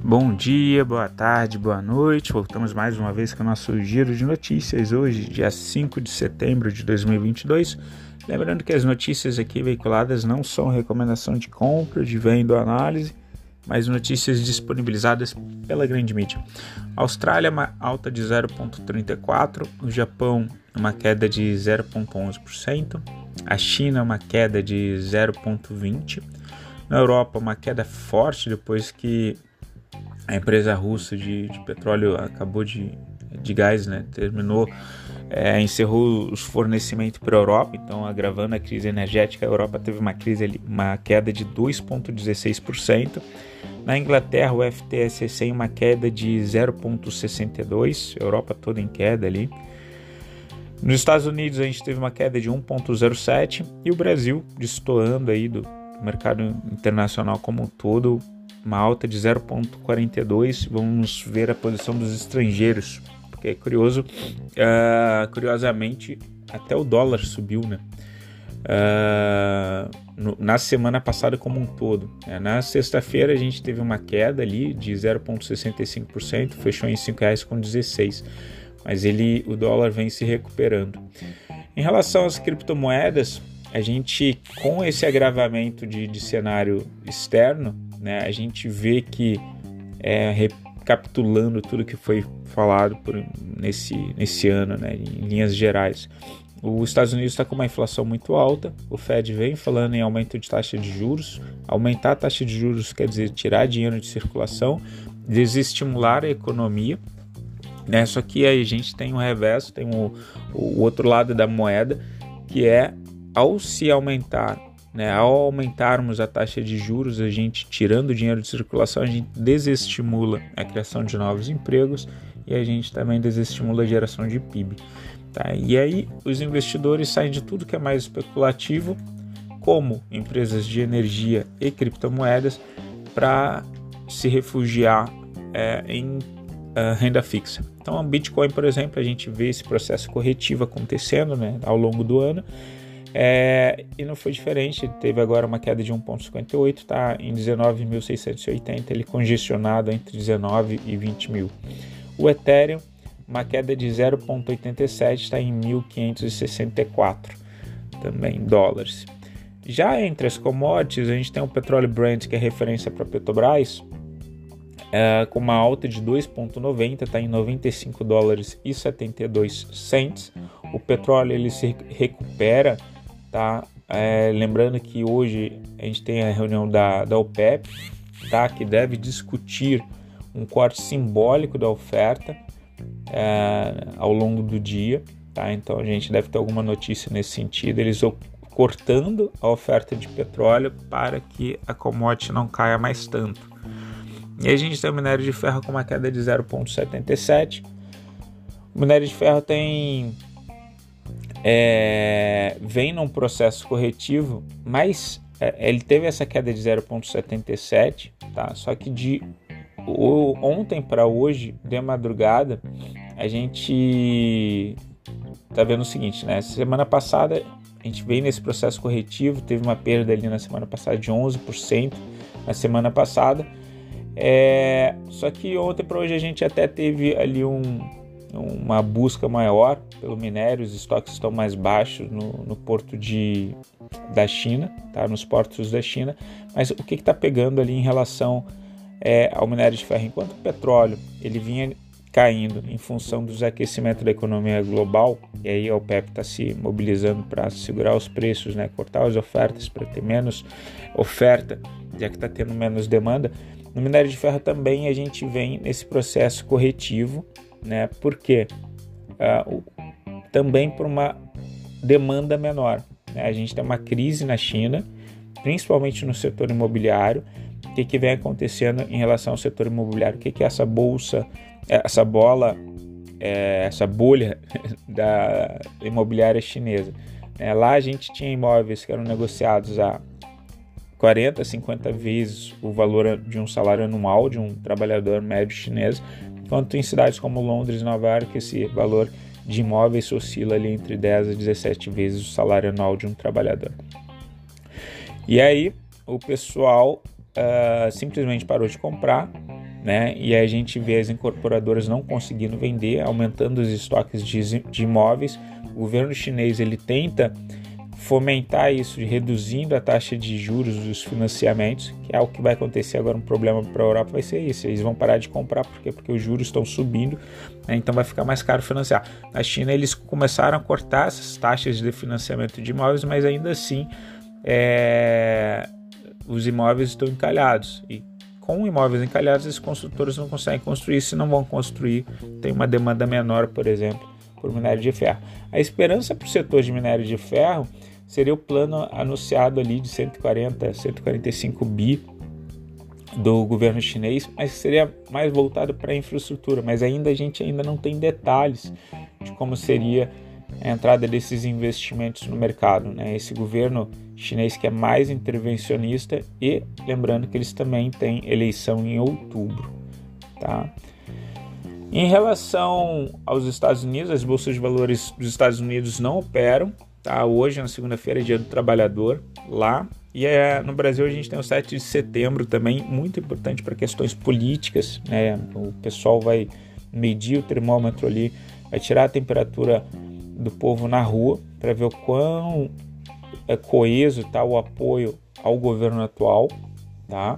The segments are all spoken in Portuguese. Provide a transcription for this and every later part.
Bom dia, boa tarde, boa noite. Voltamos mais uma vez com o nosso giro de notícias hoje, dia 5 de setembro de 2022. Lembrando que as notícias aqui veiculadas não são recomendação de compra, de venda ou análise, mas notícias disponibilizadas pela grande mídia. A Austrália, uma alta de 0,34%, o Japão, uma queda de 0,11%, a China, uma queda de 0,20%, na Europa, uma queda forte depois que a empresa russa de petróleo de gás, encerrou os fornecimentos para a Europa, então agravando a crise energética. A Europa teve uma queda de 2,16%. Na Inglaterra, o FTSE uma queda de 0,62%, a Europa toda em queda ali. Nos Estados Unidos a gente teve uma queda de 1,07% e o Brasil destoando aí do mercado internacional como um todo, uma alta de 0,42%. Vamos ver a posição dos estrangeiros, porque é curioso, curiosamente até o dólar subiu, na semana passada como um todo. Na sexta-feira a gente teve uma queda ali de 0,65%, fechou em R$ 5,16, mas o dólar vem se recuperando. Em relação às criptomoedas, a gente, com esse agravamento de cenário externo, a gente vê que, recapitulando tudo que foi falado nesse ano, em linhas gerais, os Estados Unidos está com uma inflação muito alta, o Fed vem falando em aumento de taxa de juros. Aumentar a taxa de juros quer dizer tirar dinheiro de circulação, desestimular a economia, Só que aí a gente tem o reverso, tem o outro lado da moeda, que é ao aumentarmos a taxa de juros, a gente tirando o dinheiro de circulação, a gente desestimula a criação de novos empregos e a gente também desestimula a geração de PIB. E aí os investidores saem de tudo que é mais especulativo, como empresas de energia e criptomoedas, para se refugiar em renda fixa. Então, o Bitcoin, por exemplo, a gente vê esse processo corretivo acontecendo ao longo do ano, e não foi diferente. Teve agora uma queda de 1,58, está em 19.680, ele congestionado entre 19 e 20 mil. O Ethereum, uma queda de 0,87, está em 1.564 também dólares. Já entre as commodities, a gente tem o petróleo Brent, que é referência para Petrobras, com uma alta de 2,90, está em 95 dólares e 72 cents. O petróleo ele se recupera, lembrando que hoje a gente tem a reunião da OPEP, que deve discutir um corte simbólico da oferta ao longo do dia, Então a gente deve ter alguma notícia nesse sentido, eles cortando a oferta de petróleo para que a commodity não caia mais tanto. E a gente tem o minério de ferro com uma queda de 0,77. O minério de ferro vem num processo corretivo, mas ele teve essa queda de 0,77, Só que de ontem para hoje, de madrugada, a gente está vendo o seguinte, Semana passada a gente veio nesse processo corretivo, teve uma perda ali na semana passada de 11%, na semana passada, só que ontem para hoje a gente até teve ali uma busca maior pelo minério, os estoques estão mais baixos no porto da China, nos portos da China, mas o que está pegando ali em relação ao minério de ferro? Enquanto o petróleo ele vinha caindo em função do aquecimento da economia global, e aí a OPEP está se mobilizando para segurar os preços, cortar as ofertas para ter menos oferta, já que está tendo menos demanda. No minério de ferro também a gente vem nesse processo corretivo, porque também por uma demanda menor. A gente tem uma crise na China, principalmente no setor imobiliário. O que vem acontecendo em relação ao setor imobiliário? O que é essa bolha da imobiliária chinesa? Lá a gente tinha imóveis que eram negociados a 40, 50 vezes o valor de um salário anual de um trabalhador médio chinês, enquanto em cidades como Londres e Nova York esse valor de imóveis oscila ali entre 10 a 17 vezes o salário anual de um trabalhador. E aí o pessoal simplesmente parou de comprar né? E a gente vê as incorporadoras não conseguindo vender, aumentando os estoques de imóveis. O governo chinês ele tenta fomentar isso, reduzindo a taxa de juros dos financiamentos, que é o que vai acontecer agora. Um problema para a Europa vai ser isso, eles vão parar de comprar, porque os juros estão subindo, né? Então vai ficar mais caro financiar. Na China eles começaram a cortar essas taxas de financiamento de imóveis, mas ainda assim os imóveis estão encalhados, e com imóveis encalhados os construtores não conseguem construir. Se não vão construir, tem uma demanda menor, por exemplo, por minério de ferro. A esperança para o setor de minério de ferro seria o plano anunciado ali de 145 bi do governo chinês, mas seria mais voltado para a infraestrutura, mas a gente ainda não tem detalhes de como seria a entrada desses investimentos no mercado, né? Esse governo chinês que é mais intervencionista, e lembrando que eles também têm eleição em outubro, tá? Em relação aos Estados Unidos, as bolsas de valores dos Estados Unidos não operam, tá? Hoje, na segunda-feira, é dia do trabalhador lá. E no Brasil a gente tem o 7 de setembro também, muito importante para questões políticas, né? O pessoal vai medir o termômetro ali, vai tirar a temperatura do povo na rua para ver o quão coeso está o apoio ao governo atual, tá?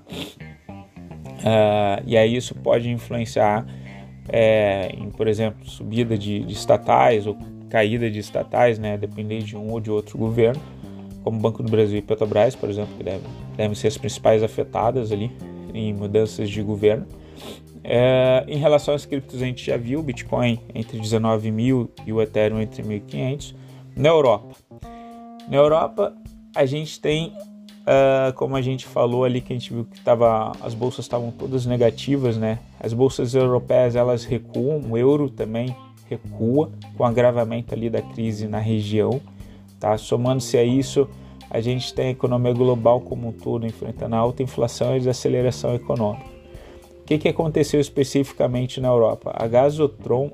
E aí isso pode influenciar em, por exemplo, subida de estatais ou caída de estatais, né? Depender de um ou de outro governo, como Banco do Brasil e Petrobras, por exemplo, que devem ser as principais afetadas ali em mudanças de governo. Em relação às criptos, a gente já viu o Bitcoin entre 19 mil e o Ethereum entre 1.500. Na Europa, a gente tem, como a gente falou ali, que a gente viu que as bolsas estavam todas negativas, né? As bolsas europeias, elas recuam, o euro também recua, com o agravamento ali da crise na região, tá? Somando-se a isso, a gente tem a economia global como um todo enfrentando a alta inflação e desaceleração econômica. O que aconteceu especificamente na Europa? A Gazprom,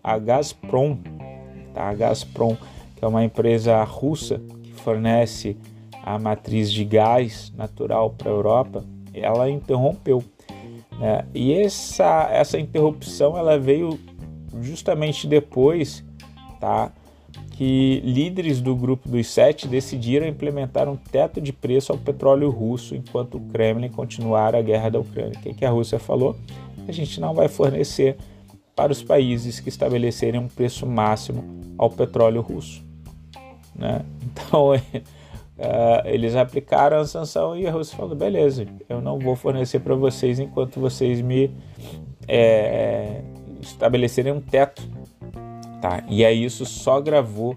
que é uma empresa russa que fornece a matriz de gás natural para a Europa, ela interrompeu, né? E essa interrupção ela veio justamente depois, tá, que líderes do grupo dos 7 decidiram implementar um teto de preço ao petróleo russo enquanto o Kremlin continuar a guerra da Ucrânia. O que a Rússia falou? A gente não vai fornecer para os países que estabelecerem um preço máximo ao petróleo russo, né? Então eles aplicaram a sanção e a Rússia falou: beleza, eu não vou fornecer para vocês enquanto vocês me estabelecerem um teto, tá? E aí isso só agravou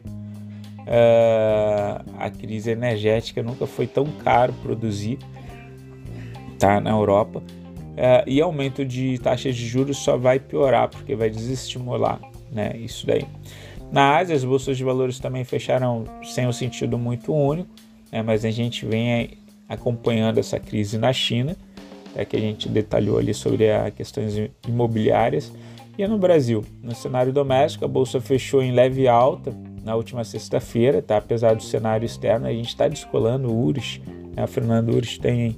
a crise energética. Nunca foi tão caro produzir, tá, na Europa. E aumento de taxas de juros só vai piorar, porque vai desestimular, né, isso daí. Na Ásia, as bolsas de valores também fecharam sem um sentido muito único, né, mas a gente vem acompanhando essa crise na China, que a gente detalhou ali sobre as questões imobiliárias. E no Brasil, no cenário doméstico, a bolsa fechou em leve alta na última sexta-feira, tá? Apesar do cenário externo, a gente está descolando o URIS, né? O Fernando URIS tem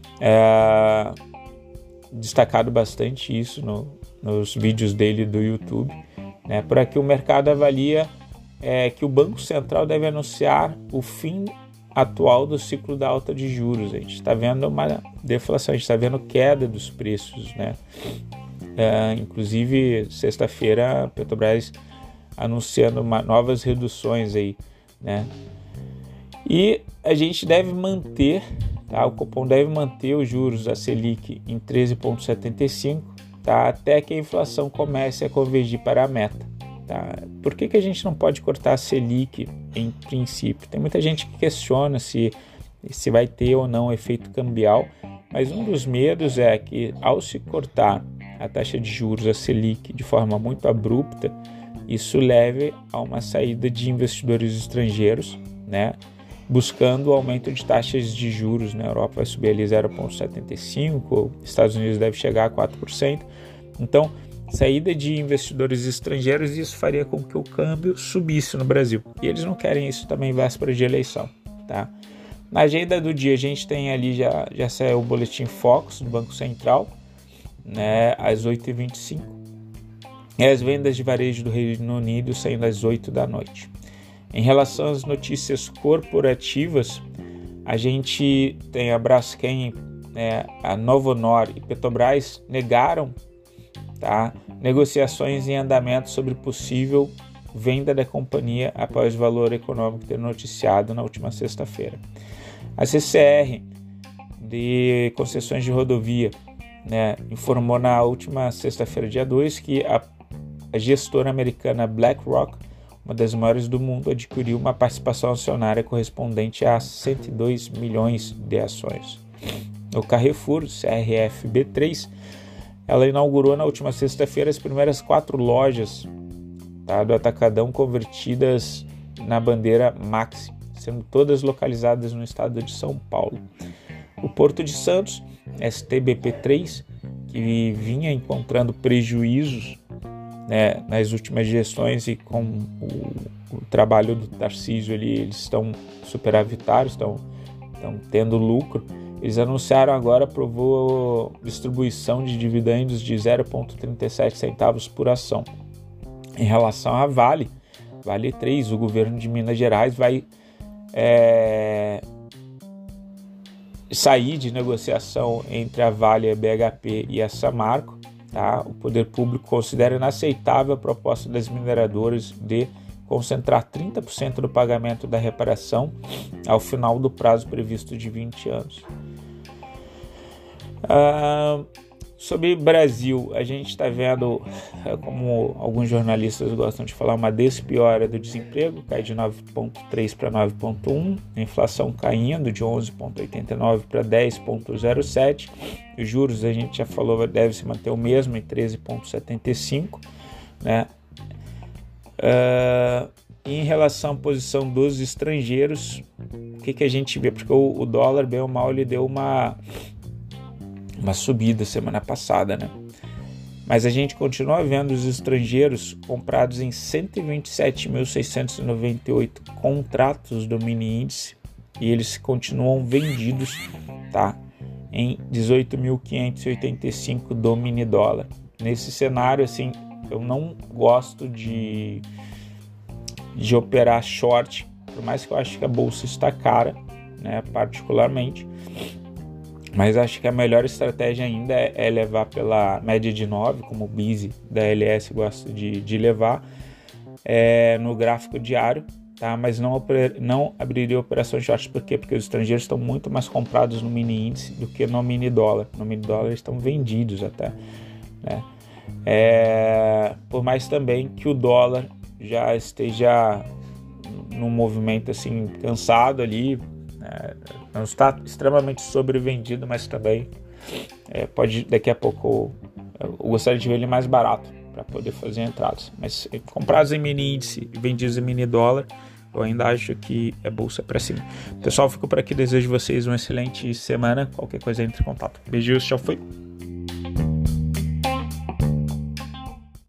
destacado bastante isso nos vídeos dele do YouTube, né? Por aqui o mercado avalia que o Banco Central deve anunciar o fim atual do ciclo da alta de juros. A gente está vendo uma deflação, a gente está vendo queda dos preços, né? Inclusive, sexta-feira, a Petrobras anunciando novas reduções aí, né? E a gente deve manter, tá? O Copom deve manter os juros da Selic em 13,75, tá? Até que a inflação comece a convergir para a meta, tá? Por que a gente não pode cortar a Selic em princípio? Tem muita gente que questiona se vai ter ou não efeito cambial, mas um dos medos é que, ao se cortar a taxa de juros, a Selic, de forma muito abrupta, isso leve a uma saída de investidores estrangeiros, né, buscando o aumento de taxas de juros. Na Europa vai subir ali 0,75%, Estados Unidos deve chegar a 4%. Então, saída de investidores estrangeiros, isso faria com que o câmbio subisse no Brasil. E eles não querem isso também em véspera de eleição, tá? Na agenda do dia, a gente tem ali, já saiu o boletim Focus do Banco Central, né, às 8h25. E as vendas de varejo do Reino Unido saindo às 8 da noite. Em relação às notícias corporativas, a gente tem a Braskem, a Novonor e Petrobras negaram, tá, negociações em andamento sobre possível venda da companhia após o valor econômico ter noticiado na última sexta-feira. A CCR de concessões de rodovia, informou na última sexta-feira, dia 2, que a gestora americana BlackRock, uma das maiores do mundo, adquiriu uma participação acionária correspondente a 102 milhões de ações. O Carrefour, CRFB3, ela inaugurou na última sexta-feira as primeiras 4 lojas, tá, do Atacadão convertidas na bandeira Maxi, sendo todas localizadas no estado de São Paulo. O Porto de Santos, STBP3, que vinha encontrando prejuízos, nas últimas gestões, e com o trabalho do Tarcísio ali, eles estão superavitários, estão tendo lucro. Eles anunciaram agora, aprovou distribuição de dividendos de 0,37 centavos por ação. Em relação à Vale 3, o governo de Minas Gerais vai sair de negociação entre a Vale, a BHP e a Samarco. Tá? O poder público considera inaceitável a proposta das mineradoras de concentrar 30% do pagamento da reparação ao final do prazo previsto de 20 anos. Sobre Brasil, a gente está vendo, como alguns jornalistas gostam de falar, uma despiora do desemprego, cai de 9,3 para 9,1, a inflação caindo de 11,89 para 10,07, os juros, a gente já falou, deve se manter o mesmo em 13,75, né? Em relação à posição dos estrangeiros, o que a gente vê? Porque o dólar, bem ou mal, ele deu uma subida semana passada, né? Mas a gente continua vendo os estrangeiros comprados em 127.698 contratos do mini índice, e eles continuam vendidos, tá, em 18.585 do mini dólar. Nesse cenário, assim, eu não gosto de operar short, por mais que eu acho que a bolsa está cara, né, particularmente. Mas acho que a melhor estratégia ainda é levar pela média de 9, como o Bizi da LS gosta de levar, no gráfico diário, tá? Mas não abriria operações short. Por quê? Porque os estrangeiros estão muito mais comprados no mini índice do que no mini dólar. No mini dólar eles estão vendidos até, né? Por mais também que o dólar já esteja num movimento assim cansado ali, não está extremamente sobrevendido, mas também pode, daqui a pouco, eu gostaria de ver ele mais barato para poder fazer entradas. Mas comprados em mini índice e vendidos em mini dólar, eu ainda acho que é bolsa para cima. Pessoal, fico por aqui, desejo vocês uma excelente semana. Qualquer coisa, entre em contato. Beijos, tchau, fui.